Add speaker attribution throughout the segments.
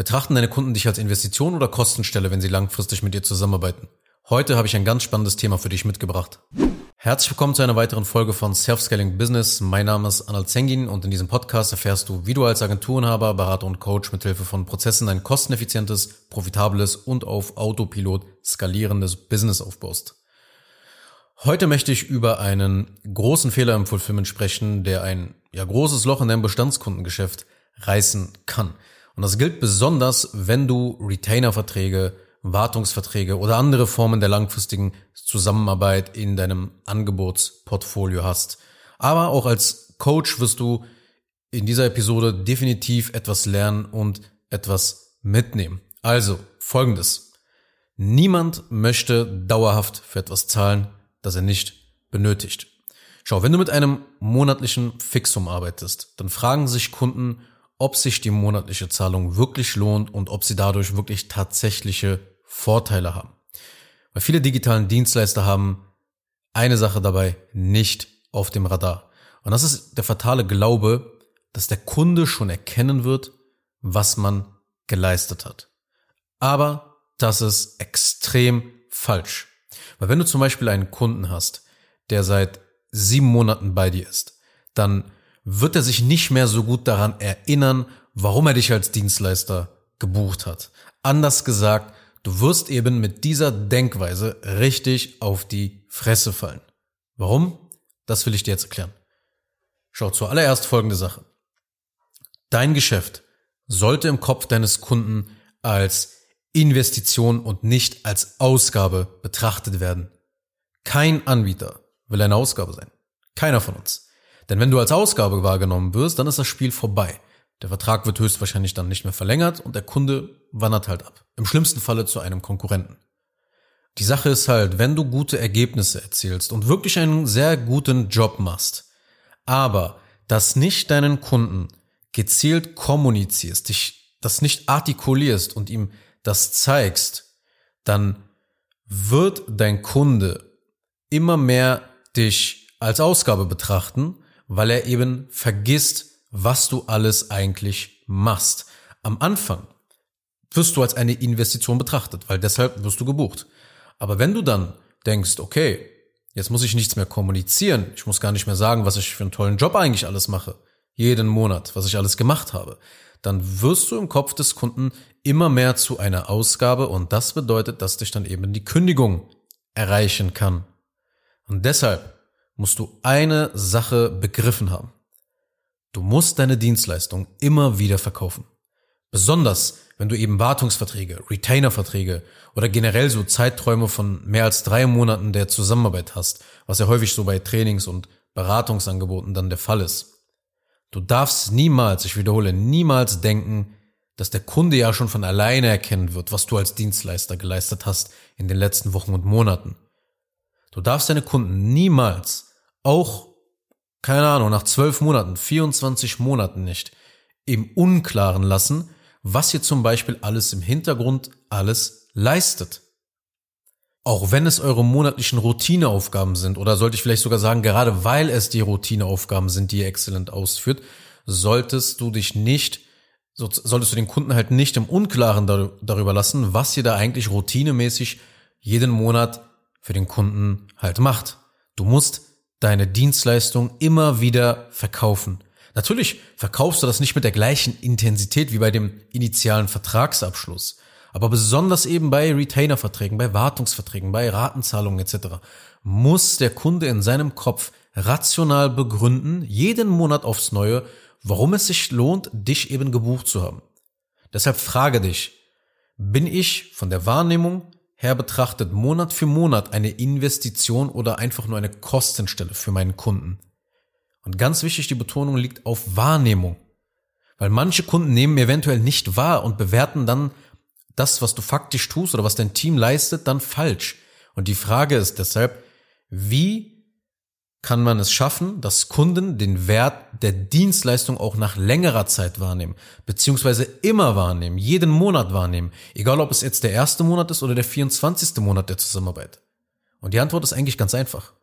Speaker 1: Betrachten deine Kunden dich als Investition oder Kostenstelle, wenn sie langfristig mit dir zusammenarbeiten? Heute habe ich ein ganz spannendes Thema für dich mitgebracht. Herzlich willkommen zu einer weiteren Folge von Self-Scaling Business. Mein Name ist Anal Zengin und in diesem Podcast erfährst du, wie du als Agenturinhaber, Berater und Coach mithilfe von Prozessen ein kosteneffizientes, profitables und auf Autopilot skalierendes Business aufbaust. Heute möchte ich über einen großen Fehler im Fulfillment sprechen, der ein großes Loch in deinem Bestandskundengeschäft reißen kann. Und das gilt besonders, wenn du Retainer-Verträge, Wartungsverträge oder andere Formen der langfristigen Zusammenarbeit in deinem Angebotsportfolio hast. Aber auch als Coach wirst du in dieser Episode definitiv etwas lernen und etwas mitnehmen. Also Folgendes: Niemand möchte dauerhaft für etwas zahlen, das er nicht benötigt. Schau, wenn du mit einem monatlichen Fixum arbeitest, dann fragen sich Kunden, ob sich die monatliche Zahlung wirklich lohnt und ob sie dadurch wirklich tatsächliche Vorteile haben. Weil viele digitalen Dienstleister haben eine Sache dabei nicht auf dem Radar. Und das ist der fatale Glaube, dass der Kunde schon erkennen wird, was man geleistet hat. Aber das ist extrem falsch. Weil wenn du zum Beispiel einen Kunden hast, der seit 7 Monaten bei dir ist, dann wird er sich nicht mehr so gut daran erinnern, warum er dich als Dienstleister gebucht hat. Anders gesagt, du wirst eben mit dieser Denkweise richtig auf die Fresse fallen. Warum? Das will ich dir jetzt erklären. Schau, zuallererst folgende Sache. Dein Geschäft sollte im Kopf deines Kunden als Investition und nicht als Ausgabe betrachtet werden. Kein Anbieter will eine Ausgabe sein. Keiner von uns. Denn wenn du als Ausgabe wahrgenommen wirst, dann ist das Spiel vorbei. Der Vertrag wird höchstwahrscheinlich dann nicht mehr verlängert und der Kunde wandert halt ab. Im schlimmsten Falle zu einem Konkurrenten. Die Sache ist halt, wenn du gute Ergebnisse erzielst und wirklich einen sehr guten Job machst, aber das nicht deinen Kunden gezielt kommunizierst, dich das nicht artikulierst und ihm das zeigst, dann wird dein Kunde immer mehr dich als Ausgabe betrachten, weil er eben vergisst, was du alles eigentlich machst. Am Anfang wirst du als eine Investition betrachtet, weil deshalb wirst du gebucht. Aber wenn du dann denkst, okay, jetzt muss ich nichts mehr kommunizieren, ich muss gar nicht mehr sagen, was ich für einen tollen Job eigentlich alles mache, jeden Monat, was ich alles gemacht habe, dann wirst du im Kopf des Kunden immer mehr zu einer Ausgabe und das bedeutet, dass dich dann eben die Kündigung erreichen kann. Und deshalb musst du eine Sache begriffen haben. Du musst deine Dienstleistung immer wieder verkaufen. Besonders, wenn du eben Wartungsverträge, Retainer-Verträge oder generell so Zeiträume von mehr als 3 Monaten der Zusammenarbeit hast, was ja häufig so bei Trainings- und Beratungsangeboten dann der Fall ist. Du darfst niemals, ich wiederhole, niemals denken, dass der Kunde ja schon von alleine erkennen wird, was du als Dienstleister geleistet hast in den letzten Wochen und Monaten. Du darfst deine Kunden niemals, auch, keine Ahnung, nach 12 Monaten, 24 Monaten nicht, im Unklaren lassen, was ihr zum Beispiel alles im Hintergrund alles leistet. Auch wenn es eure monatlichen Routineaufgaben sind, oder sollte ich vielleicht sogar sagen, gerade weil es die Routineaufgaben sind, die ihr exzellent ausführt, solltest du den Kunden halt nicht im Unklaren darüber lassen, was ihr da eigentlich routinemäßig jeden Monat für den Kunden halt macht. Du musst deine Dienstleistung immer wieder verkaufen. Natürlich verkaufst du das nicht mit der gleichen Intensität wie bei dem initialen Vertragsabschluss. Aber besonders eben bei Retainer-Verträgen, bei Wartungsverträgen, bei Ratenzahlungen etc. muss der Kunde in seinem Kopf rational begründen, jeden Monat aufs Neue, warum es sich lohnt, dich eben gebucht zu haben. Deshalb frage dich, bin ich von der Wahrnehmung her betrachtet Monat für Monat eine Investition oder einfach nur eine Kostenstelle für meinen Kunden? Und ganz wichtig, die Betonung liegt auf Wahrnehmung. Weil manche Kunden nehmen eventuell nicht wahr und bewerten dann das, was du faktisch tust oder was dein Team leistet, dann falsch. Und die Frage ist deshalb, wie kann man es schaffen, dass Kunden den Wert der Dienstleistung auch nach längerer Zeit wahrnehmen, beziehungsweise immer wahrnehmen, jeden Monat wahrnehmen, egal ob es jetzt der 1. Monat ist oder der 24. Monat der Zusammenarbeit. Und die Antwort ist eigentlich ganz einfach.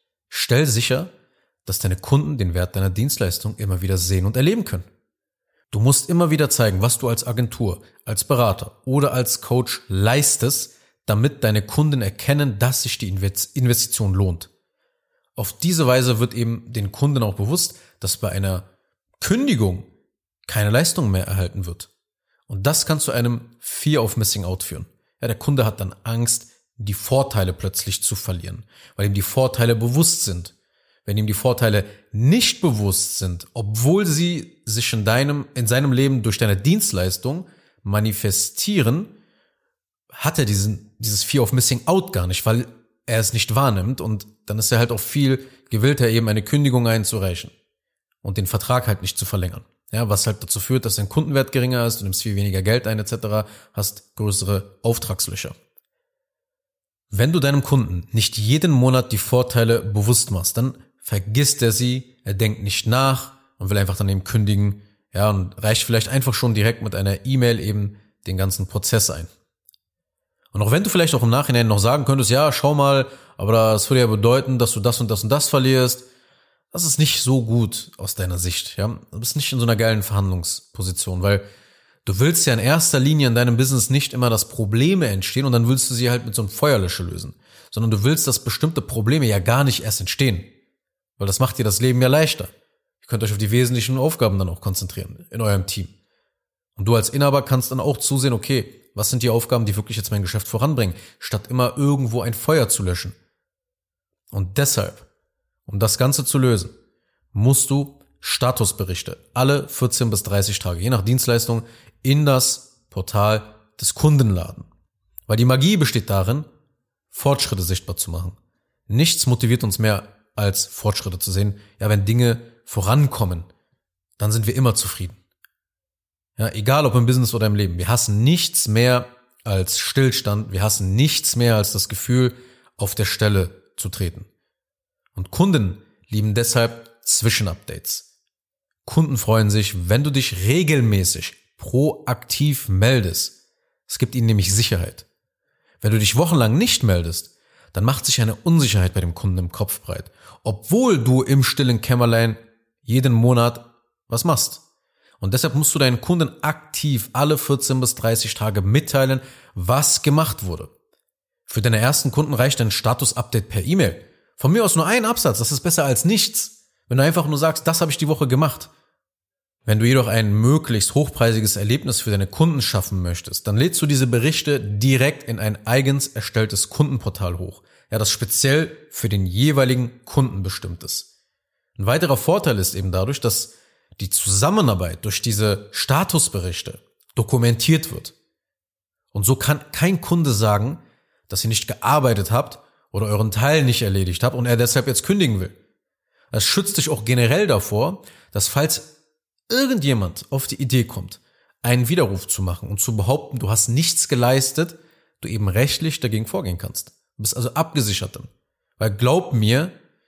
Speaker 1: Stell sicher, dass deine Kunden den Wert deiner Dienstleistung immer wieder sehen und erleben können. Du musst immer wieder zeigen, was du als Agentur, als Berater oder als Coach leistest, damit deine Kunden erkennen, dass sich die Investition lohnt. Auf diese Weise wird eben den Kunden auch bewusst, dass bei einer Kündigung keine Leistung mehr erhalten wird. Und das kann zu einem Fear of Missing Out führen. Ja, der Kunde hat dann Angst, die Vorteile plötzlich zu verlieren, weil ihm die Vorteile bewusst sind. Wenn ihm die Vorteile nicht bewusst sind, obwohl sie sich in seinem Leben durch deine Dienstleistung manifestieren, hat er dieses Fear of Missing Out gar nicht, weil er es nicht wahrnimmt, und dann ist er halt auch viel gewillter, eben eine Kündigung einzureichen und den Vertrag halt nicht zu verlängern. Ja, was halt dazu führt, dass dein Kundenwert geringer ist, du nimmst viel weniger Geld ein etc., hast größere Auftragslöcher. Wenn du deinem Kunden nicht jeden Monat die Vorteile bewusst machst, dann vergisst er sie, er denkt nicht nach und will einfach dann eben kündigen, ja, und reicht vielleicht einfach schon direkt mit einer E-Mail eben den ganzen Prozess ein. Und auch wenn du vielleicht auch im Nachhinein noch sagen könntest, ja, schau mal, aber das würde ja bedeuten, dass du das und das und das verlierst, das ist nicht so gut aus deiner Sicht, ja. Du bist nicht in so einer geilen Verhandlungsposition, weil du willst ja in erster Linie in deinem Business nicht immer, dass Probleme entstehen und dann willst du sie halt mit so einem Feuerlöscher lösen, sondern du willst, dass bestimmte Probleme ja gar nicht erst entstehen, weil das macht dir das Leben ja leichter. Ihr könnt euch auf die wesentlichen Aufgaben dann auch konzentrieren in eurem Team. Und du als Inhaber kannst dann auch zusehen, okay, was sind die Aufgaben, die wirklich jetzt mein Geschäft voranbringen, statt immer irgendwo ein Feuer zu löschen. Und deshalb, um das Ganze zu lösen, musst du Statusberichte alle 14 bis 30 Tage, je nach Dienstleistung, in das Portal des Kunden laden. Weil die Magie besteht darin, Fortschritte sichtbar zu machen. Nichts motiviert uns mehr, als Fortschritte zu sehen. Ja, wenn Dinge vorankommen, dann sind wir immer zufrieden. Ja, egal ob im Business oder im Leben. Wir hassen nichts mehr als Stillstand. Wir hassen nichts mehr als das Gefühl, auf der Stelle zu treten. Und Kunden lieben deshalb Zwischenupdates. Kunden freuen sich, wenn du dich regelmäßig proaktiv meldest. Es gibt ihnen nämlich Sicherheit. Wenn du dich wochenlang nicht meldest, dann macht sich eine Unsicherheit bei dem Kunden im Kopf breit, obwohl du im stillen Kämmerlein jeden Monat was machst. Und deshalb musst du deinen Kunden aktiv alle 14 bis 30 Tage mitteilen, was gemacht wurde. Für deine ersten Kunden reicht ein Status-Update per E-Mail. Von mir aus nur ein Absatz, das ist besser als nichts. Wenn du einfach nur sagst, das habe ich die Woche gemacht. Wenn du jedoch ein möglichst hochpreisiges Erlebnis für deine Kunden schaffen möchtest, dann lädst du diese Berichte direkt in ein eigens erstelltes Kundenportal hoch, ja, das speziell für den jeweiligen Kunden bestimmt ist. Ein weiterer Vorteil ist eben dadurch, dass die Zusammenarbeit durch diese Statusberichte dokumentiert wird. Und so kann kein Kunde sagen, dass ihr nicht gearbeitet habt oder euren Teil nicht erledigt habt und er deshalb jetzt kündigen will. Das schützt dich auch generell davor, dass falls irgendjemand auf die Idee kommt, einen Widerruf zu machen und zu behaupten, du hast nichts geleistet, du eben rechtlich dagegen vorgehen kannst. Du bist also abgesichert dann. Weil glaub mir,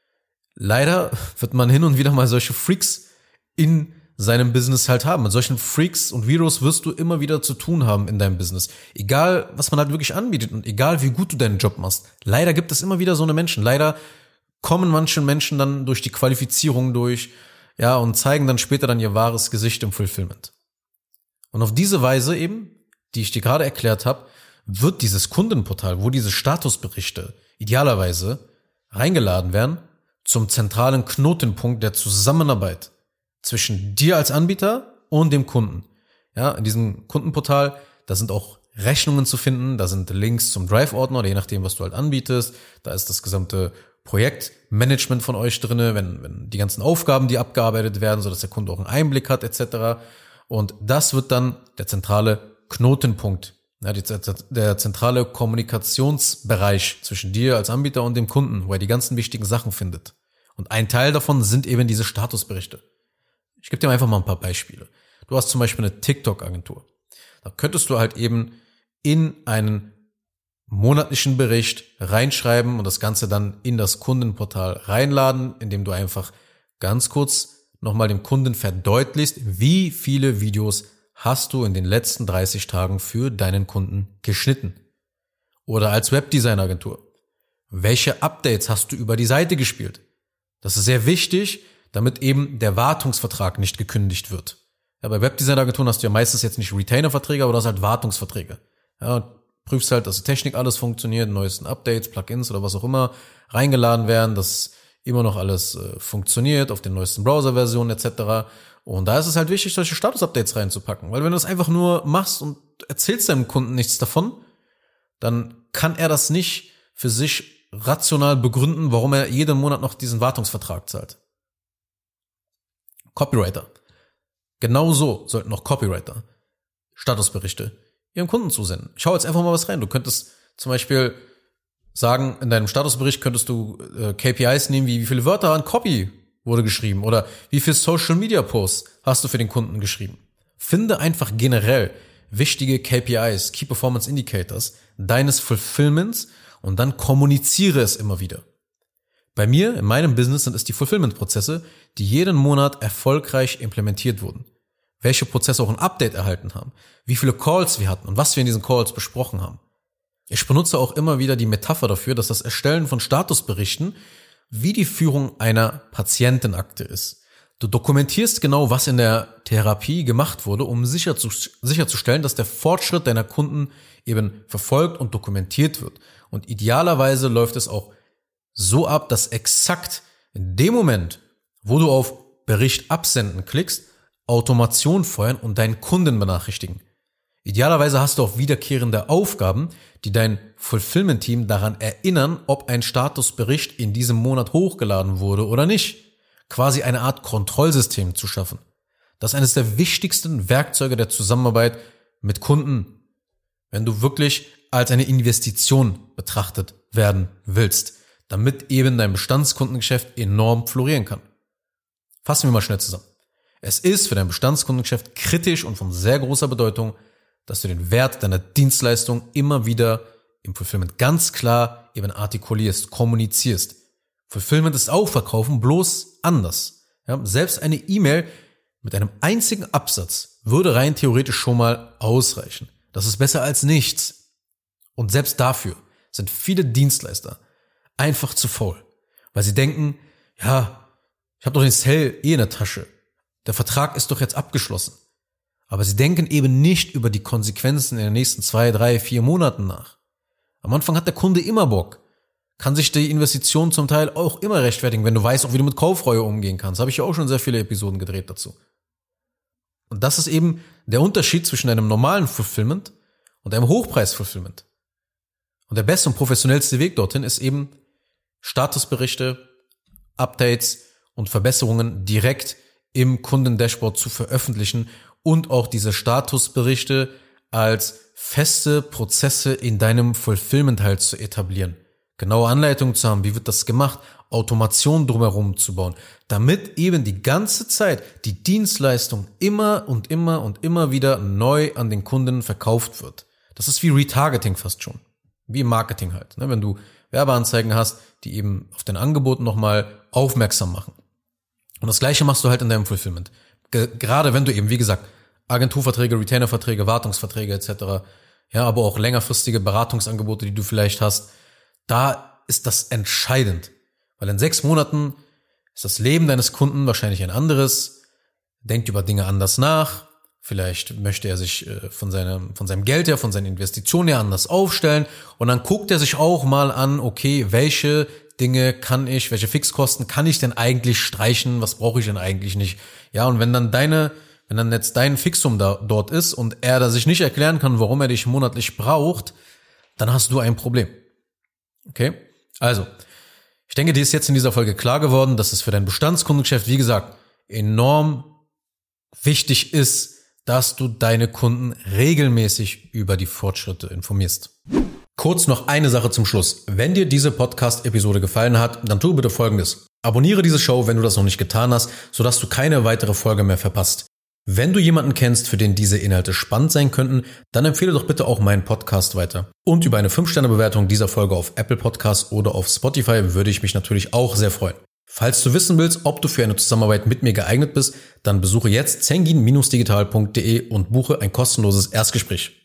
Speaker 1: leider wird man hin und wieder mal solche Freaks in seinem Business halt haben. Mit solchen Freaks und Virus wirst du immer wieder zu tun haben in deinem Business. Egal, was man halt wirklich anbietet und egal, wie gut du deinen Job machst. Leider gibt es immer wieder so eine Menschen. Leider kommen manche Menschen dann durch die Qualifizierung durch, ja, und zeigen dann später dann ihr wahres Gesicht im Fulfillment. Und auf diese Weise eben, die ich dir gerade erklärt habe, wird dieses Kundenportal, wo diese Statusberichte idealerweise reingeladen werden, zum zentralen Knotenpunkt der Zusammenarbeit zwischen dir als Anbieter und dem Kunden. Ja, in diesem Kundenportal, da sind auch Rechnungen zu finden, da sind Links zum Drive-Ordner oder je nachdem, was du halt anbietest. Da ist das gesamte Projektmanagement von euch drinne, wenn die ganzen Aufgaben, die abgearbeitet werden, sodass der Kunde auch einen Einblick hat etc. Und das wird dann der zentrale Knotenpunkt, ja, der zentrale Kommunikationsbereich zwischen dir als Anbieter und dem Kunden, wo er die ganzen wichtigen Sachen findet. Und ein Teil davon sind eben diese Statusberichte. Ich gebe dir einfach mal ein paar Beispiele. Du hast zum Beispiel eine TikTok-Agentur. Da könntest du halt eben in einen monatlichen Bericht reinschreiben und das Ganze dann in das Kundenportal reinladen, indem du einfach ganz kurz nochmal dem Kunden verdeutlichst, wie viele Videos hast du in den letzten 30 Tagen für deinen Kunden geschnitten. Oder als Webdesign-Agentur. Welche Updates hast du über die Seite gespielt? Das ist sehr wichtig, damit eben der Wartungsvertrag nicht gekündigt wird. Ja, bei Webdesign-Agenturen hast du ja meistens jetzt nicht Retainer-Verträge, aber du hast halt Wartungsverträge. Ja, prüfst halt, dass die Technik alles funktioniert, neuesten Updates, Plugins oder was auch immer reingeladen werden, dass immer noch alles funktioniert auf den neuesten Browser-Versionen etc. Und da ist es halt wichtig, solche Status-Updates reinzupacken. Weil wenn du das einfach nur machst und erzählst deinem Kunden nichts davon, dann kann er das nicht für sich rational begründen, warum er jeden Monat noch diesen Wartungsvertrag zahlt. Copywriter. Genauso sollten auch Copywriter Statusberichte ihrem Kunden zusenden. Schau jetzt einfach mal was rein. Du könntest zum Beispiel sagen, in deinem Statusbericht könntest du KPIs nehmen, wie viele Wörter an Copy wurde geschrieben oder wie viel Social Media Posts hast du für den Kunden geschrieben. Finde einfach generell wichtige KPIs, Key Performance Indicators deines Fulfillments und dann kommuniziere es immer wieder. Bei mir, in meinem Business, sind es die Fulfillment-Prozesse, die jeden Monat erfolgreich implementiert wurden. Welche Prozesse auch ein Update erhalten haben, wie viele Calls wir hatten und was wir in diesen Calls besprochen haben. Ich benutze auch immer wieder die Metapher dafür, dass das Erstellen von Statusberichten wie die Führung einer Patientenakte ist. Du dokumentierst genau, was in der Therapie gemacht wurde, um sicherzustellen, dass der Fortschritt deiner Kunden eben verfolgt und dokumentiert wird. Und idealerweise läuft es auch so ab, dass exakt in dem Moment, wo du auf Bericht absenden klickst, Automation feuern und deinen Kunden benachrichtigen. Idealerweise hast du auch wiederkehrende Aufgaben, die dein Fulfillment-Team daran erinnern, ob ein Statusbericht in diesem Monat hochgeladen wurde oder nicht. Quasi eine Art Kontrollsystem zu schaffen. Das ist eines der wichtigsten Werkzeuge der Zusammenarbeit mit Kunden, wenn du wirklich als eine Investition betrachtet werden willst, damit eben dein Bestandskundengeschäft enorm florieren kann. Fassen wir mal schnell zusammen. Es ist für dein Bestandskundengeschäft kritisch und von sehr großer Bedeutung, dass du den Wert deiner Dienstleistung immer wieder im Fulfillment ganz klar eben artikulierst, kommunizierst. Fulfillment ist auch Verkaufen, bloß anders. Ja, selbst eine E-Mail mit einem einzigen Absatz würde rein theoretisch schon mal ausreichen. Das ist besser als nichts. Und selbst dafür sind viele Dienstleister einfach zu faul, weil sie denken, ja, ich habe doch den Sale in der Tasche. Der Vertrag ist doch jetzt abgeschlossen. Aber sie denken eben nicht über die Konsequenzen in den nächsten 2, 3, 4 Monaten nach. Am Anfang hat der Kunde immer Bock. Kann sich die Investition zum Teil auch immer rechtfertigen, wenn du weißt, auch wie du mit Kaufreue umgehen kannst. Habe ich ja auch schon sehr viele Episoden gedreht dazu. Und das ist eben der Unterschied zwischen einem normalen Fulfillment und einem Hochpreis-Fulfillment. Und der beste und professionellste Weg dorthin ist eben Statusberichte, Updates und Verbesserungen direkt im Kundendashboard zu veröffentlichen und auch diese Statusberichte als feste Prozesse in deinem Fulfillment halt zu etablieren. Genaue Anleitungen zu haben, wie wird das gemacht, Automation drumherum zu bauen, damit eben die ganze Zeit die Dienstleistung immer und immer und immer wieder neu an den Kunden verkauft wird. Das ist wie Retargeting fast schon, wie im Marketing halt, wenn du Werbeanzeigen hast, die eben auf dein Angebot nochmal aufmerksam machen. Und das Gleiche machst du halt in deinem Fulfillment. Gerade wenn du eben, wie gesagt, Agenturverträge, Retainerverträge, Wartungsverträge etc., ja, aber auch längerfristige Beratungsangebote, die du vielleicht hast, da ist das entscheidend. Weil in 6 Monaten ist das Leben deines Kunden wahrscheinlich ein anderes, denkt über Dinge anders nach, vielleicht möchte er sich von seinem Geld her, von seinen Investitionen her anders aufstellen und dann guckt er sich auch mal an, okay, welche Dinge welche Fixkosten kann ich denn eigentlich streichen, was brauche ich denn eigentlich nicht? Ja, und wenn dann jetzt dein Fixum dort ist und er da sich nicht erklären kann, warum er dich monatlich braucht, dann hast du ein Problem. Okay? Also, ich denke, dir ist jetzt in dieser Folge klar geworden, dass es für dein Bestandskundengeschäft, wie gesagt, enorm wichtig ist, dass du deine Kunden regelmäßig über die Fortschritte informierst. Kurz noch eine Sache zum Schluss. Wenn dir diese Podcast-Episode gefallen hat, dann tu bitte Folgendes. Abonniere diese Show, wenn du das noch nicht getan hast, sodass du keine weitere Folge mehr verpasst. Wenn du jemanden kennst, für den diese Inhalte spannend sein könnten, dann empfehle doch bitte auch meinen Podcast weiter. Und über eine 5-Sterne-Bewertung dieser Folge auf Apple Podcasts oder auf Spotify würde ich mich natürlich auch sehr freuen. Falls du wissen willst, ob du für eine Zusammenarbeit mit mir geeignet bist, dann besuche jetzt zengin-digital.de und buche ein kostenloses Erstgespräch.